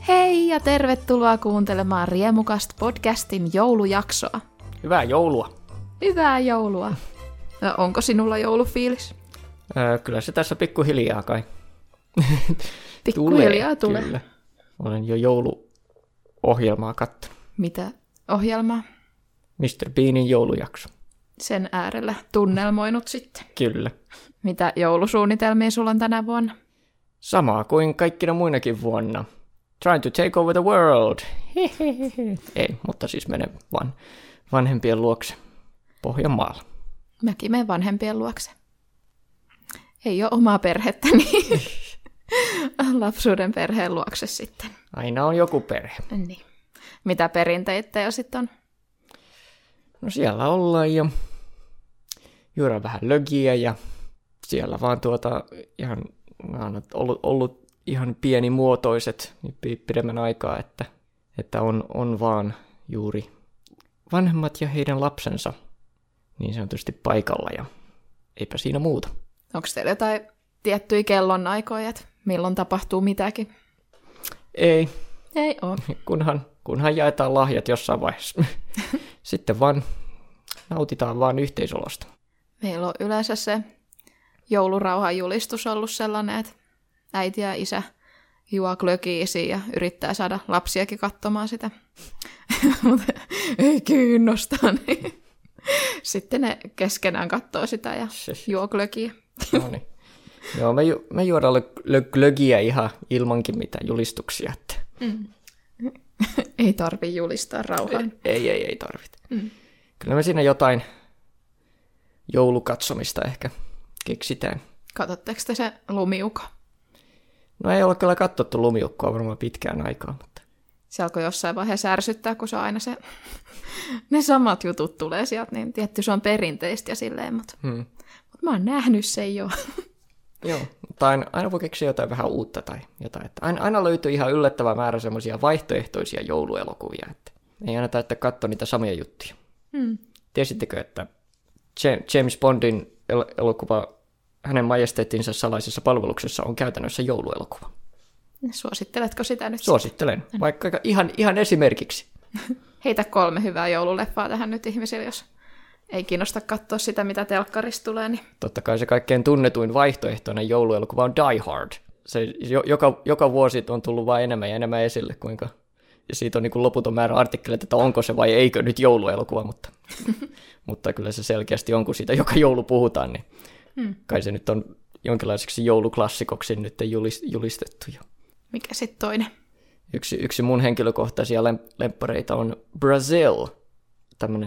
Hei ja tervetuloa kuuntelemaan Riemukast podcastin joulujaksoa. Hyvää joulua. Hyvää joulua. No, onko sinulla joulufiilis? Kyllä se tässä pikkuhiljaa kai. Pikkuhiljaa tulee. Kyllä. Olen jo jouluohjelmaa kattonut. Mitä ohjelmaa? Mr. Beanin joulujakso. Sen äärellä tunnelmoinut sitten. Kyllä. Mitä joulusuunnitelmia sulla on tänä vuonna? Samaa kuin kaikkina muinakin vuonna. Trying to take over the world. Ei, mutta siis menen vaan vanhempien luokse Pohjanmaalla. Mäkin menen vanhempien luokse. Ei ole omaa perhettä, niin lapsuuden perheen luokse sitten. Aina on joku perhe. Niin. Mitä perinteitä jo sitten on? No siellä ollaan ja juodaan vähän lögiä ja siellä vaan ihan on ollut ihan pienimuotoiset pidemmän aikaa, että on vaan juuri vanhemmat ja heidän lapsensa niin sanotusti paikalla ja eipä siinä muuta. Onko teillä jotain tiettyjä kellonaikoja, että milloin tapahtuu mitäkin? Ei. Ei ole. Kunhan jaetaan lahjat jossain vaiheessa. Sitten vaan nautitaan vaan yhteisolosta. Meillä on yleensä se joulurauhan julistus ollut sellainen, että äiti ja isä juo glögiisiin ja yrittää saada lapsiakin katsomaan sitä. Mutta ei kiinnosta. Niin. Sitten ne keskenään katsoo sitä ja juo glögiä. No niin. Joo, me juodaan glögiä ihan ilmankin mitään julistuksia. Että. Ei tarvi julistaa rauhaan. Ei tarvitse. Kyllä me siinä jotain joulukatsomista ehkä keksitään. Katsotteko te se Lumiukko? No ei ole kyllä katsottu Lumiukkoa varmaan pitkään aikaa. Mutta. Se alkoi jossain vaiheessa ärsyttää, kun se on aina se, ne samat jutut tulee sieltä, niin tietty se on perinteistä ja silleen, mutta mä oon nähnyt sen jo. Joo, mutta aina voi keksiä jotain vähän uutta tai jotain. Että aina löytyy ihan yllättävä määrä semmoisia vaihtoehtoisia jouluelokuvia, että ei aina tarvitse katsoa niitä samoja juttuja. Tiesittekö, että James Bondin elokuva hänen majesteettinsa salaisessa palveluksessa on käytännössä jouluelokuva? Suositteletko sitä nyt? Suosittelen, vaikka ihan esimerkiksi. Heitä 3 hyvää joululeffaa tähän nyt ihmisille, jos ei kiinnosta katsoa sitä, mitä telkkarista tulee. Niin. Totta kai se kaikkein tunnetuin vaihtoehtoinen jouluelokuva on Die Hard. Se joka vuosi on tullut vain enemmän ja enemmän esille, kuinka ja siitä on niin kuin loputon määrä artikkeleita, että onko se vai eikö nyt jouluelokuva, mutta kyllä se selkeästi on, kun siitä joka joulu puhutaan, niin kai se nyt on jonkinlaiseksi jouluklassikoksi nyt julistettu jo. Mikä sitten toinen? Yksi mun henkilökohtaisia lemppareita on Brazil, tämmöinen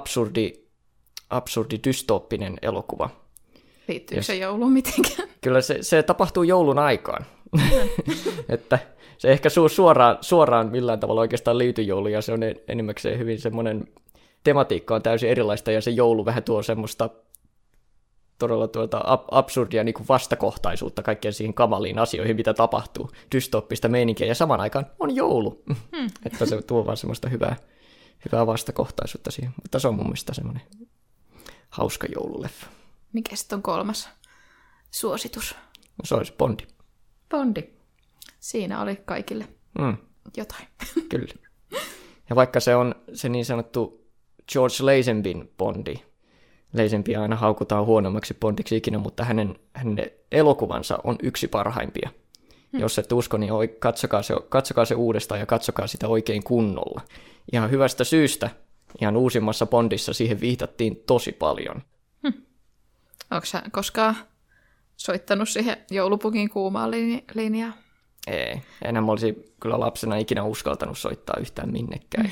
absurdi dystooppinen elokuva. Liittyykö se jouluun mitenkään? Kyllä se tapahtuu joulun aikaan. Että se ehkä suoraan millään tavalla oikeastaan liity jouluun, ja se on enimmäkseen hyvin semmoinen, tematiikka on täysin erilaista, ja se joulu vähän tuo semmoista todella absurdia niin kuin vastakohtaisuutta kaikkeen siihen kamaliin asioihin, mitä tapahtuu, dystooppista meininkiä, ja saman aikaan on joulu. Että se tuo vaan semmoista hyvää vastakohtaisuutta siihen, mutta se on mun mielestä semmoinen hauska joululeffa. Mikä sitten on 3. suositus? No, se olisi Bondi. Bondi. Siinä oli kaikille jotain. Kyllä. Ja vaikka se on se niin sanottu George Lazenbyn Bondi, Lazenbyä aina haukutaan huonommaksi Bondiksi ikinä, mutta hänen elokuvansa on yksi parhaimpia. Jos et usko, niin katsokaa se uudestaan ja katsokaa sitä oikein kunnolla. Ihan hyvästä syystä, ihan uusimmassa Bondissa siihen viitattiin tosi paljon. Onko sä koskaan soittanut siihen joulupukin kuumaan linjaan? Ei, enää mä olisin kyllä lapsena ikinä uskaltanut soittaa yhtään minnekään.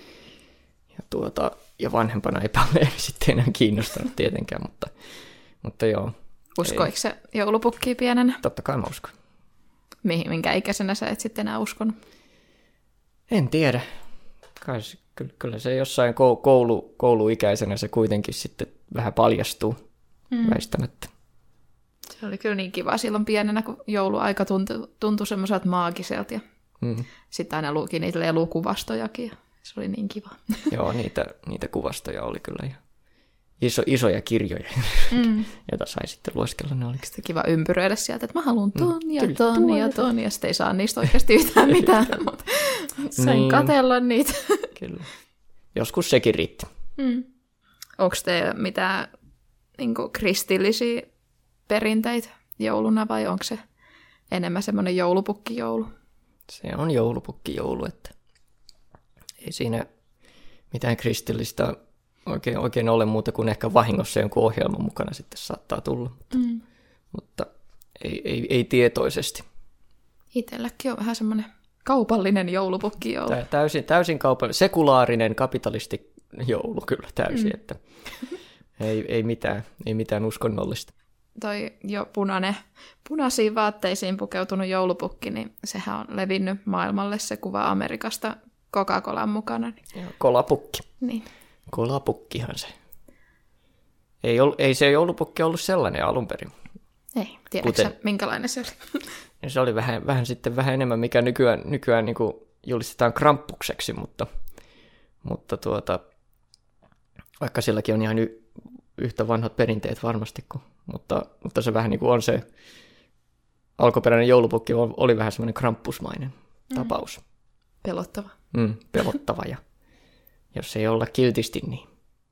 Ja vanhempana eipä ole sitten enää kiinnostanut tietenkään, mutta joo. Uskoiko se joulupukkiin pienenä? Totta kai mä uskon. Minkä ikäisenä sä et sitten enää uskonut? En tiedä. Kyllä se jossain kouluikäisenä se kuitenkin sitten vähän paljastuu väistämättä. Se oli kyllä niin kiva silloin pienenä, kun jouluaika tuntui semmoiselta maagiselta. Ja sitten aina luki niitä lelukuvastojakin. Se oli niin kiva. Joo, niitä kuvastoja oli kyllä isoja kirjoja, joita sai sitten lueskella. Ne oli sitten kiva ympyröidä sieltä, että mä haluan ton ja ton ja ton, ja sitten ei saa niistä oikeasti yhtään mitään, mutta sain katsella niitä. Kyllä. Joskus sekin riitti. Onko teillä mitään niin kuin kristillisiä perinteitä jouluna, vai onko se enemmän semmoinen joulupukkijoulu? Se on joulupukkijoulu, että ei siinä mitään kristillistä oikein ole muuta kuin ehkä vahingossa jonkun ohjelman mukana sitten saattaa tulla, mutta ei tietoisesti. Itselläkin on vähän semmoinen kaupallinen joulupukkijoulu. Täysin kaupallinen, sekulaarinen kapitalisti joulu kyllä täysin, että ei mitään uskonnollista. Toi jo punaisiin vaatteisiin pukeutunut joulupukki, niin sehän on levinnyt maailmalle se kuva Amerikasta Coca-Colan mukana. Niin. Kolapukki. Niin. Kolapukkihan se. Ei se joulupukki ollut sellainen alun perin. Ei, tiedätkö minkälainen se oli? Se oli vähän enemmän, mikä nykyään niin kuin julistetaan kramppukseksi, mutta vaikka silläkin on ihan yhtä vanhat perinteet varmasti, mutta se vähän niin kuin on se alkuperäinen joulupukki oli vähän semmoinen kramppusmainen tapaus. Pelottava. Pelottava, ja jos ei olla kiltisti, niin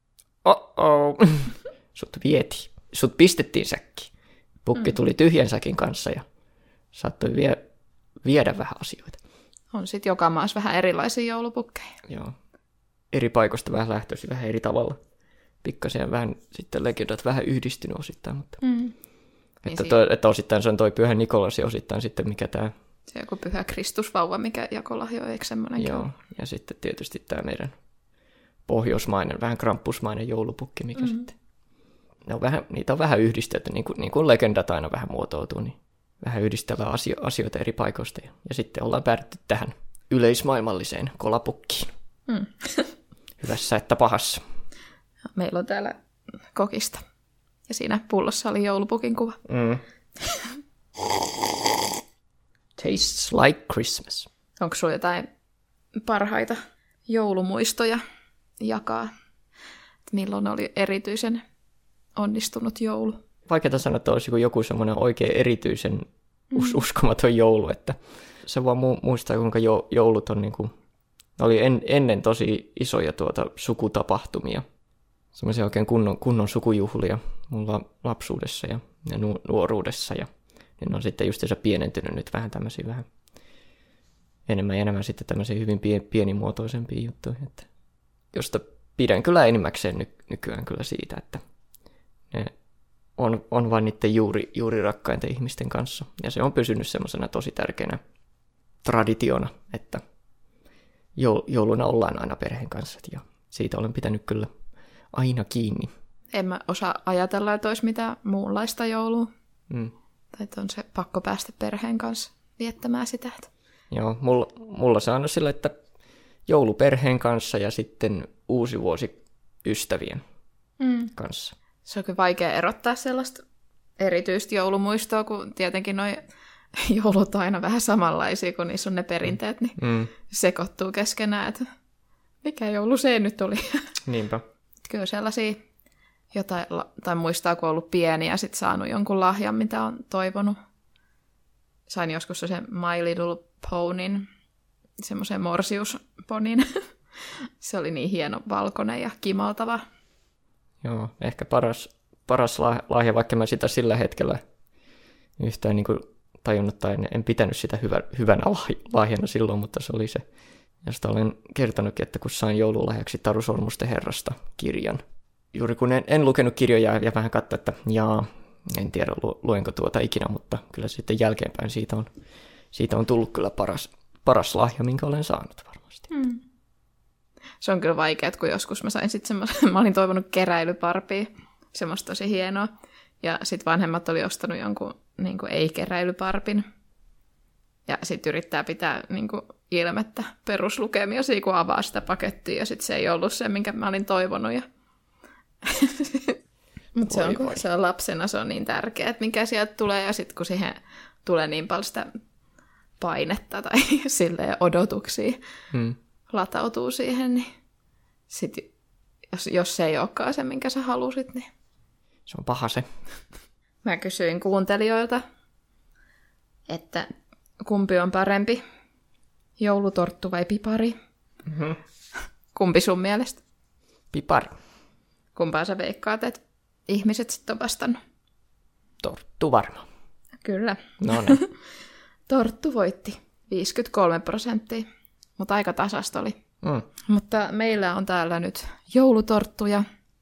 sut pistettiin säkkiin. Pukki tuli tyhjän säkin kanssa ja saattoi viedä vähän asioita. On sitten joka maassa vähän erilaisia joulupukkeja. Joo. Eri paikoista vähän lähtöisin, vähän eri tavalla. Pikkasen vähän sitten legendat vähän yhdistynyt osittain, mutta että osittain se on toi Pyhä Nikolas ja osittain sitten mikä tämä... Se joku Pyhä Kristusvauva, mikä jakolahjoi, eikö semmoinenkin Joo, ja sitten tietysti tämä meidän pohjoismainen, vähän kramppusmainen joulupukki, mikä sitten... Niitä on vähän yhdistelty, niin kuin legendat aina vähän muotoutuu, niin vähän yhdistellään asioita eri paikoista. Ja sitten ollaan päädytty tähän yleismaailmalliseen kolapukkiin. Hyvässä että pahassa. Meillä on täällä kokista. Ja siinä pullossa oli joulupukin kuva. Tastes like Christmas. Onko sinulla jotain parhaita joulumuistoja jakaa? Milloin oli erityisen onnistunut joulu? Vaikeaa sanoa, että olisi joku semmoinen oikein erityisen uskomaton joulu, että se vaan muistaa, kuinka joulut on oli ennen tosi isoja sukutapahtumia, semmoisia oikein kunnon sukujuhlia mulla lapsuudessa ja nuoruudessa, ja ne on sitten justiinsa pienentynyt nyt vähän tämmöisiä vähän enemmän ja enemmän sitten tämmöisiä hyvin pienimuotoisempia juttuja, että josta pidän kyllä enimmäkseen nykyään kyllä siitä, että ne on vain niiden juuri rakkainten ihmisten kanssa. Ja se on pysynyt semmoisena tosi tärkeänä traditiona, että jouluna ollaan aina perheen kanssa. Ja siitä olen pitänyt kyllä aina kiinni. En mä osaa ajatella, että olisi mitään muunlaista joulua. Tai että on se pakko päästä perheen kanssa viettämään sitä. Joo, mulla se on aina sillä, että joulu perheen kanssa ja sitten uusi vuosi ystävien kanssa. Se on kyllä vaikea erottaa sellaista erityistä joulumuistoa, kun tietenkin nuo joulut on aina vähän samanlaisia, kun niissä on ne perinteet, niin sekoittuu keskenään, että mikä joulu se nyt oli. Niinpä. Kyllä sellaisia jotain, tai muistaa, kun on ollut pieni ja sitten saanut jonkun lahjan, mitä on toivonut. Sain joskus sen My Little Ponyn, semmoisen morsiusponin. Se oli niin hieno, valkoinen ja kimaltava. Joo, ehkä paras lahja, vaikka mä sitä sillä hetkellä yhtään niin kuin tajunnut tai en pitänyt sitä hyvänä lahjana silloin, mutta se oli se, josta olen kertonutkin, että kun sain joululahjaksi Taru Sormusten herrasta kirjan. Juuri kun en lukenut kirjoja ja vähän katsoin, että en tiedä luenko tuota ikinä, mutta kyllä sitten jälkeenpäin siitä on tullut kyllä paras lahja, minkä olen saanut varmasti. Se on kyllä vaikeaa, kun joskus mä sain sitten semmoisen, mä olin toivonut keräilyparpia, semmoista tosi hienoa, ja sitten vanhemmat oli ostanut jonkun niin kuin ei-keräilyparpin, ja sitten yrittää pitää niin kuin ilmettä peruslukemia, kun avaa sitä pakettia, ja sitten se ei ollut se, minkä mä olin toivonut. Mutta se on lapsena, se on niin tärkeää, että mikä sieltä tulee, ja sitten kun siihen tulee niin paljon sitä painetta tai silleen odotuksia, latautuu siihen, niin sitten jos se ei olekaan se, minkä sä halusit, niin... Se on paha se. Mä kysyin kuuntelijoilta, että kumpi on parempi, joulutorttu vai pipari? Mm-hmm. Kumpi sun mielestä? Pipari. Kumpaa sä veikkaat, että ihmiset sitten on vastannut? Torttu varmaan. Kyllä. No niin. Torttu voitti 53%, mutta aika tasasta oli. Mutta meillä on täällä nyt joulutorttuja.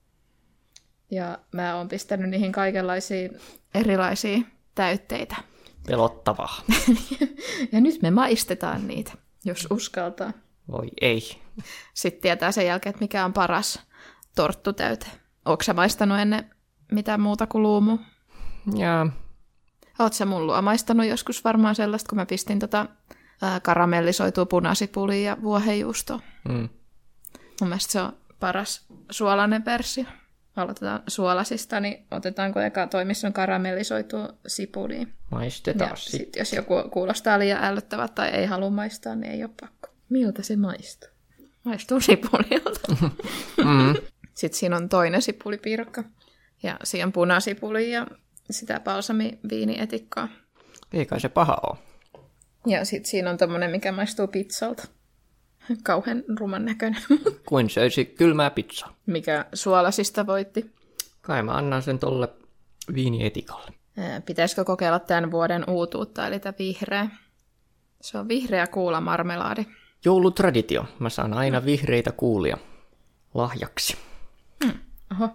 Ja mä oon pistänyt niihin kaikenlaisia erilaisia täytteitä. Pelottavaa. Ja nyt me maistetaan niitä, jos uskaltaa. Voi ei. Sitten tietää sen jälkeen, että mikä on paras torttutäyte. Ootko sä maistanut ennen mitään muuta kuin luumu? Jaa. Oot sä mullua maistanut joskus varmaan sellaista, kun mä pistin karamellisoitua punasipulia ja vuohenjuustoa. Mun mielestä se on paras suolainen versio. Aloitetaan suolasista, niin otetaanko eka toi, missä on karamellisoitua sipulia. Maistetaan sitten. Jos joku kuulostaa liian ällöttävää tai ei halua maistaa, niin ei ole pakko. Miltä se maistuu? Maistuu sipulilta. Sitten siinä on toinen sipulipiirakka. Ja siinä on punasipuli ja sitä balsamiviinietikkaa. Ei kai se paha ole. Ja sitten siinä on tommonen, mikä maistuu pizzalta. Kauhean ruman näköinen. Kuin söisi kylmää pizzaa. Mikä suolasista voitti? Kai mä annan sen tolle viinietikalle. Pitäisikö kokeilla tämän vuoden uutuutta, eli tämä vihreä? Se on vihreä kuulamarmelaadi. Joulutraditio. Mä saan aina vihreitä kuulia lahjaksi. Oho.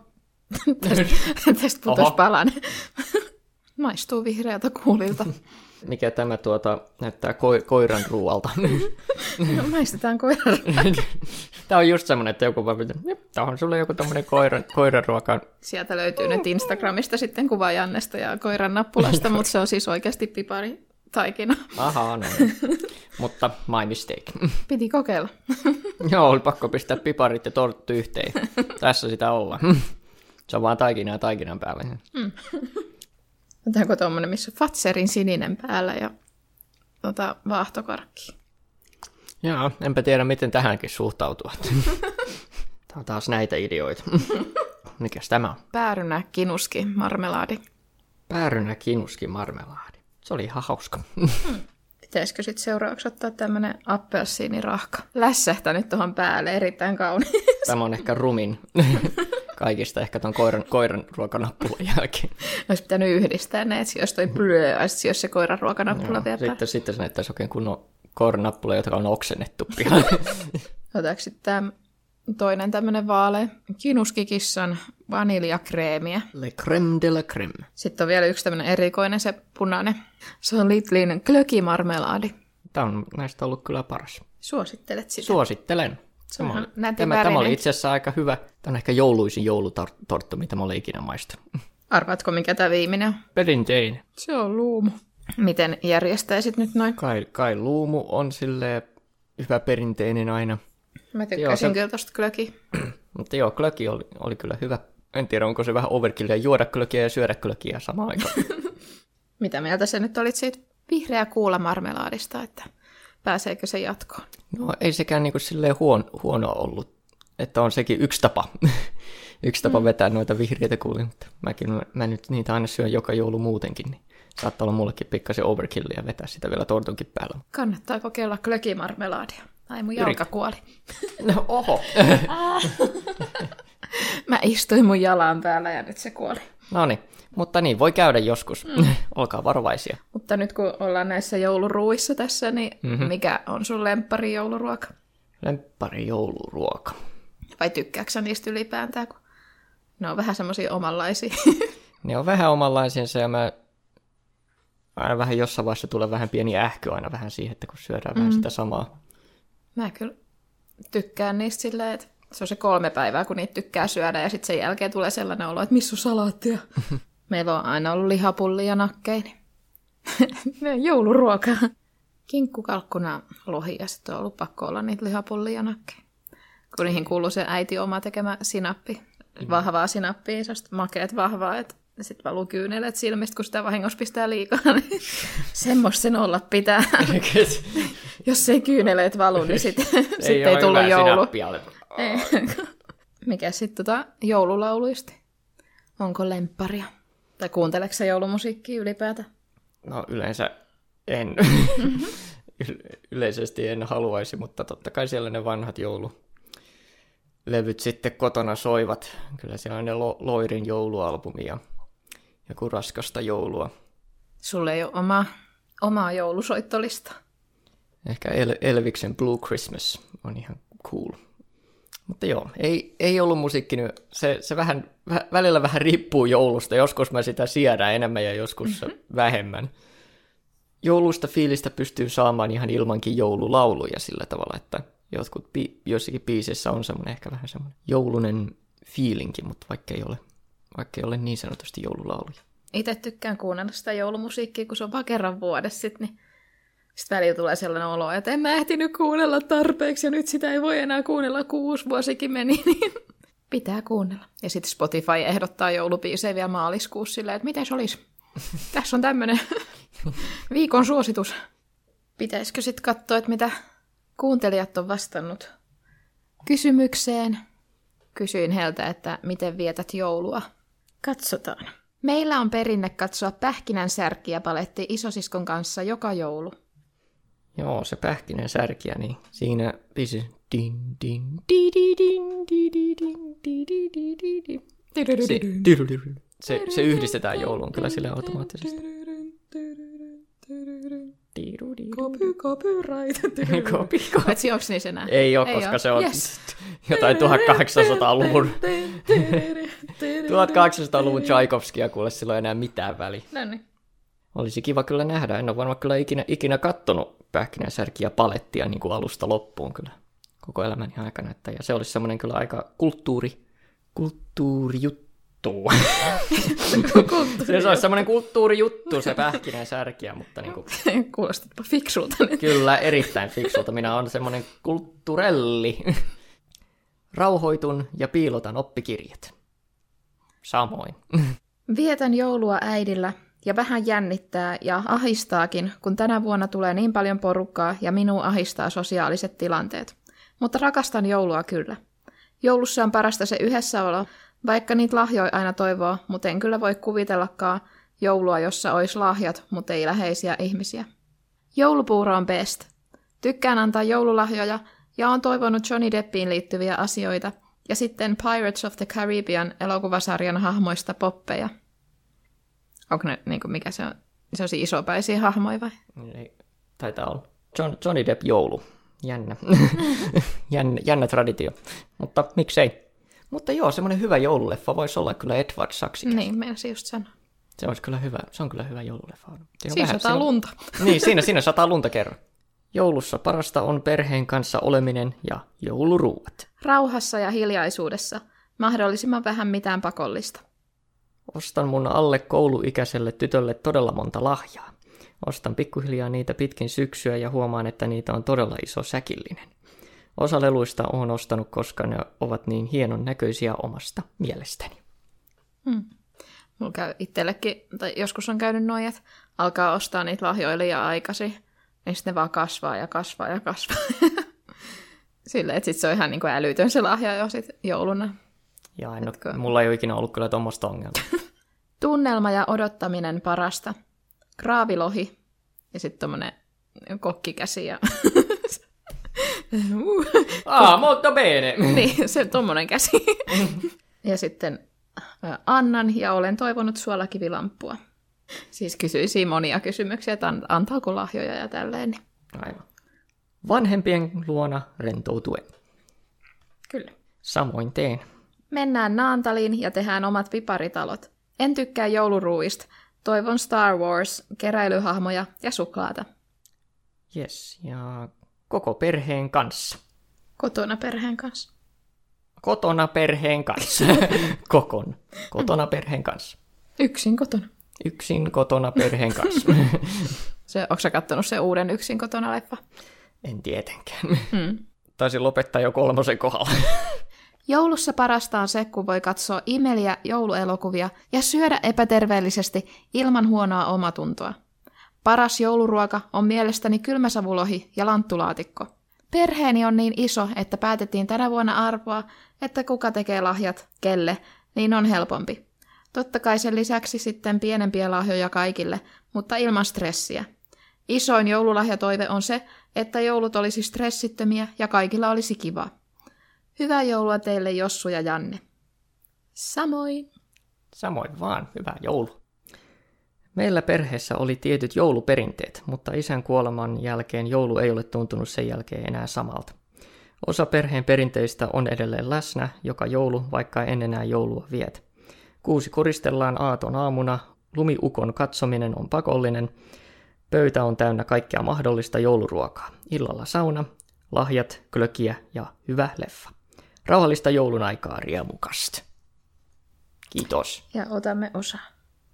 Tästä putosi palanen. Maistuu vihreältä kuulilta. Mikä tämä näyttää koiran ruualta. No, maistetaan koiran. Tämä on just semmoinen, että joku vaan pitää, tämä on sulle joku tommoinen koiran ruoka. Sieltä löytyy nyt Instagramista sitten kuva Jannesta ja koiran nappulasta, mutta se on siis oikeasti piparitaikina. Ahaa, no. Mutta my mistake. Piti kokeilla. Joo, oli pakko pistää piparit ja torttu yhteen. Tässä sitä ollaan. Se on vaan taikinaa taikinan päälle. Otetaanko tuommoinen, missä on Fatserin sininen päällä ja vaahtokarkki? Joo, enpä tiedä, miten tähänkin suhtautua. Tämä on taas näitä ideoita. Mikäs tämä on? Päärynä kinuski marmelaadi. Päärynä kinuski marmelaadi. Se oli ihan hauska. Pitäisikö sitten seuraavaksi ottaa tämmöinen appelsiinirahka? Lässähtänyt tuohon päälle, erittäin kaunis. Tämä on ehkä rumin kaikista ehkä tuon koiran ruokanappulan jälkeen. Olisi pitänyt yhdistää ne, että jos toi jos se koiran ruokanappula vielä. Sitten se näyttäisi oikein kunnon koiran nappula, jota on oksennettu pihaan. Otetaanko sitten toinen tämmöinen vaalea kinuskikissan vaniljakreemiä. Le crème de la crème. Sitten on vielä yksi tämmöinen erikoinen, se punainen. Se on Lidlin glögimarmelaadi. Tämä on näistä ollut kyllä paras. Suosittelet sitä? Suosittelen. Tämä oli itse asiassa aika hyvä. Tämä on ehkä jouluisin joulutorttu, mitä mä olen ikinä maistanut. Arvaatko, mikä tämä viimeinen on? Perinteinen. Se on luumu. Miten järjestäisit nyt noin? Kai luumu on silleen hyvä perinteinen aina. Mä tykkäsin kyllä tosta glögiä. Mutta joo, glögi oli kyllä hyvä. En tiedä, onko se vähän overkillia juoda glögiä ja syödä glögiä samaan aikaan. Mitä mieltä sä nyt olit siitä vihreä kuulamarmelaadista, että pääseekö se jatkoon? No ei sekään niinku silleen huono ollut, että on sekin yksi tapa vetää noita vihreitä kuulia, mutta mä nyt niitä aina syön joka joulu muutenkin, niin saattaa olla mullekin pikkasen overkillia ja vetää sitä vielä tortunkin päällä. Kannattaa kokeilla glögimarmelaadia. Ai mun jalka kuoli. No oho. Mä istuin mun jalan päällä ja nyt se kuoli. Noniin, mutta niin, voi käydä joskus. Olkaa varovaisia. Mutta nyt kun ollaan näissä jouluruuissa tässä, niin mikä on sun lemppari jouluruoka? Lemppari jouluruoka. Vai tykkääksä sä niistä ylipäätään, kun ne on vähän semmosia omanlaisia? Ne on vähän omanlaisiinsa ja mä aina vähän jossain vaiheessa tulee vähän pieni ähky aina vähän siihen, että kun syödään vähän sitä samaa. Mä kyllä tykkään niistä silleen, että se on se 3 päivää, kun niitä tykkää syödä, ja sitten sen jälkeen tulee sellainen olo, että missä on salaattia. Meillä on aina ollut lihapullia ja nakkeja, niin jouluruokaa. Kinkku, kalkkuna, lohi, ja sitten on ollut pakko olla niitä lihapullia ja nakkeja. Kun niihin kuuluu se äiti oma tekemä sinappi, vahvaa sinappia, makeat vahvaa, että sitten valuu kyyneleet silmistä, kun sitä vahingossa pistää liikaa, niin semmoista sen olla pitää. Jos ei kyyneleet valu, niin sitten ei tullut joulu. Mikä sitten joululauluista? Onko lempparia? Tai kuunteleeko sä joulumusiikkia ylipäätä? No yleensä en. Yleisesti en haluaisi, mutta totta kai siellä ne vanhat joululevyt sitten kotona soivat. Kyllä siellä on ne Loirin joulualbumi ja joku Raskasta joulua. Sulla ei ole omaa joulusoittolista. Ehkä Elviksen Blue Christmas on ihan cool. Mutta joo, ei ollut musiikki nyt. Se välillä vähän riippuu joulusta. Joskus mä sitä siedän enemmän ja joskus vähemmän. Joulusta fiilistä pystyy saamaan ihan ilmankin joululauluja sillä tavalla, että joissakin biiseissä on semmoinen ehkä vähän semmoinen joulunen fiilinki, mutta vaikka ei ole niin sanotusti joululauluja. Itse tykkään kuunnella sitä joulumusiikkia, kun se on vaan kerran vuodessa, niin sitten välillä tulee sellainen olo, että en mä ehtinyt kuunnella tarpeeksi ja nyt sitä ei voi enää kuunnella, kun uusi vuosikin meni, niin pitää kuunnella. Ja sitten Spotify ehdottaa joulubiisejä vielä maaliskuussa silleen, että miten se olisi? Tässä on tämmöinen viikon suositus. Pitäisikö sitten katsoa, että mitä kuuntelijat on vastannut kysymykseen? Kysyin heiltä, että miten vietät joulua. Katsotaan. Meillä on perinne katsoa Pähkinänsärkiä-paletti isosiskon kanssa joka joulu. Joo, se Pähkinänsärkiä, niin siinä biisi din din di di din di di din di di di di di. Se yhdistetään jouluun kyllä sille automaattisesti. Copyright. Etsi, onko niissä enää? Ei ole, koska se on jotain 1800-luvun 1800-luvun Tchaikovskia, kuule sillä ei enää mitään väliä. No niin. Olisi kiva kyllä nähdä. En ole varmaan kyllä ikinä kattonut Pähkinänsärkiä palettia niin kuin alusta loppuun kyllä koko elämäni aikana. Ja se olisi semmoinen kyllä aika kulttuurijuttu. Se olisi semmoinen kulttuurijuttu, se Pähkinänsärkiä, mutta niin kuin... Kuulostitpa fiksulta nyt. Kyllä, erittäin fiksulta. Minä olen semmoinen kulttuurelli. Rauhoitun ja piilotan oppikirjat. Samoin. Vietän joulua äidillä ja vähän jännittää ja ahistaakin, kun tänä vuonna tulee niin paljon porukkaa ja minua ahistaa sosiaaliset tilanteet. Mutta rakastan joulua kyllä. Joulussa on parasta se yhdessäolo, vaikka niitä lahjoja aina toivoo, mutta en kyllä voi kuvitellakaan joulua, jossa olisi lahjat, mutta ei läheisiä ihmisiä. Joulupuuro on best. Tykkään antaa joululahjoja ja on toivonut Johnny Deppiin liittyviä asioita ja sitten Pirates of the Caribbean -elokuvasarjan hahmoista poppeja. Onko ne, niin kuin mikä se on? Se on isopäisiä hahmoja vai? Ei, taitaa olla. Johnny Depp joulu. Jännä. Jännä traditio. Mutta miksei? Mutta joo, semmoinen hyvä joululeffa voisi olla kyllä Edward Saksikäs. Niin, meinasin just sanoa. Se olisi kyllä hyvä. Se on kyllä hyvä joululeffa. Siinä sataa lunta. Niin, siinä sataa lunta kerran. Joulussa parasta on perheen kanssa oleminen ja jouluruuat. Rauhassa ja hiljaisuudessa. Mahdollisimman vähän mitään pakollista. Ostan mun alle kouluikäiselle tytölle todella monta lahjaa. Ostan pikkuhiljaa niitä pitkin syksyä ja huomaan, että niitä on todella iso säkillinen. Osa leluista olen ostanut, koska ne ovat niin hienon näköisiä omasta mielestäni. Mulla käy itsellekin, tai joskus on käynyt noin, että alkaa ostaa niitä lahjoja liian aikaisin, ja sitten ne vaan kasvaa ja kasvaa ja kasvaa. Silleen, että sit se on ihan niin kuin älytön se lahja jo sit jouluna. Ja mulla ei ole ikinä ollut kyllä tuommoista ongelmaa. Tunnelma ja odottaminen parasta. Kraavilohi ja sitten tommonen kokkikäsi ja... molto bene! Niin, se on tommonen käsi. Ja sitten annan ja olen toivonut suolakivilamppua. Siis kysyisi monia kysymyksiä, että antaako lahjoja ja tälleen. Niin. Aivan. Vanhempien luona rentoutuen. Kyllä. Samoin teen. Mennään Naantaliin ja tehdään omat piparitalot. En tykkää jouluruuista. Toivon Star Wars, keräilyhahmoja ja suklaata. Jes, ja koko perheen kanssa. Kotona perheen kanssa. Kotona perheen kanssa. Kotona perheen kanssa. Yksin kotona. Yksin kotona perheen kanssa. Onko sä kattonut sen uuden Yksin kotona -leffa? En tietenkään. Taisin lopettaa jo 3 kohdalla. Joulussa parasta on se, kun voi katsoa imeliä jouluelokuvia ja syödä epäterveellisesti ilman huonoa omatuntoa. Paras jouluruoka on mielestäni kylmäsavulohi ja lanttulaatikko. Perheeni on niin iso, että päätettiin tänä vuonna arpoa, että kuka tekee lahjat kelle, niin on helpompi. Totta kai sen lisäksi sitten pienempiä lahjoja kaikille, mutta ilman stressiä. Isoin joululahjatoive on se, että joulut olisi stressittömiä ja kaikilla olisi kiva. Hyvää joulua teille Jossu ja Janne. Samoin. Samoin vaan, hyvää joulu. Meillä perheessä oli tietyt jouluperinteet, mutta isän kuoleman jälkeen joulu ei ole tuntunut sen jälkeen enää samalta. Osa perheen perinteistä on edelleen läsnä joka joulu, vaikka en enää joulua vietä. Kuusi koristellaan aaton aamuna, lumiukon katsominen on pakollinen, pöytä on täynnä kaikkea mahdollista jouluruokaa. Illalla sauna, lahjat, glögiä ja hyvä leffa. Rauhallista joulun aikaa riemukasta. Kiitos. Ja otamme osaa.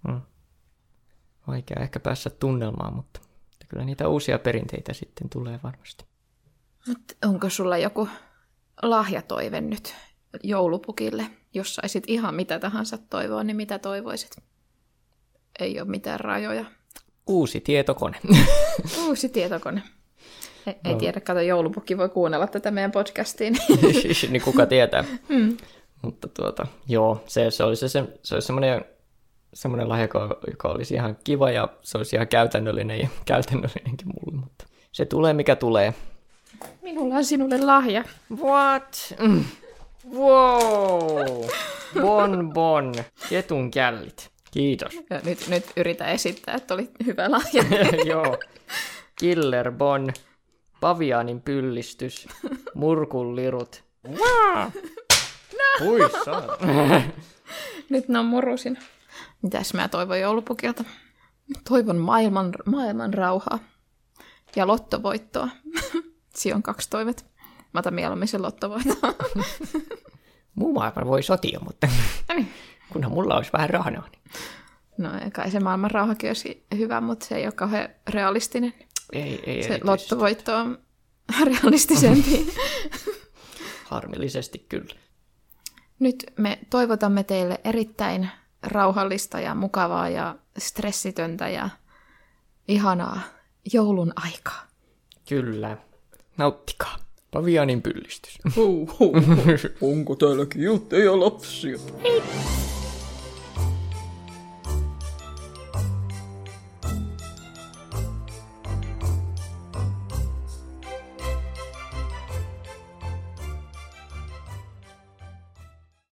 Vaikea ehkä päästä tunnelmaan, mutta kyllä niitä uusia perinteitä sitten tulee varmasti. Mutta onko sulla joku lahjatoive nyt joulupukille? Jos saisit ihan mitä tahansa toivoa, niin mitä toivoisit? Ei ole mitään rajoja. Uusi tietokone. Uusi tietokone. Ei tiedä, kato, joulupukki voi kuunnella tätä meidän podcastiin. Niin kuka tietää. Mutta joo, se olisi semmoinen lahja, joka olisi ihan kiva ja se olisi ihan käytännöllinen ja käytännöllinenkin mulle, mutta se tulee mikä tulee. Minulla on sinulle lahja. What? Wow! Bon. Ketun källit. Kiitos. Ja nyt yritä esittää, että oli hyvä lahja. Joo. Killer Bon. Paviaanin pyllistys. Murkun lirut. Wow! Huissa. Nyt ne on murusin. Mitäs mä toivon joulupukilta? Toivon maailman rauhaa. Ja lottovoittoa. Siinä on 2 toivet. Mä otan mieluummin sen lottovoittoa. Muu maailma voi sotia, mutta kunhan mulla olisi vähän rahaa. Niin. No kai se maailman rauhakin olisi hyvä, mutta se ei ole kauhean realistinen. Ei se lottovoitto on realistisempi. Harmillisesti kyllä. Nyt me toivotamme teille erittäin rauhallista ja mukavaa ja stressitöntä ja ihanaa joulun aikaa. Kyllä. Nauttikaa. Paviaanin pyllistys. Onko täälläkin juttuja lapsia? Hei!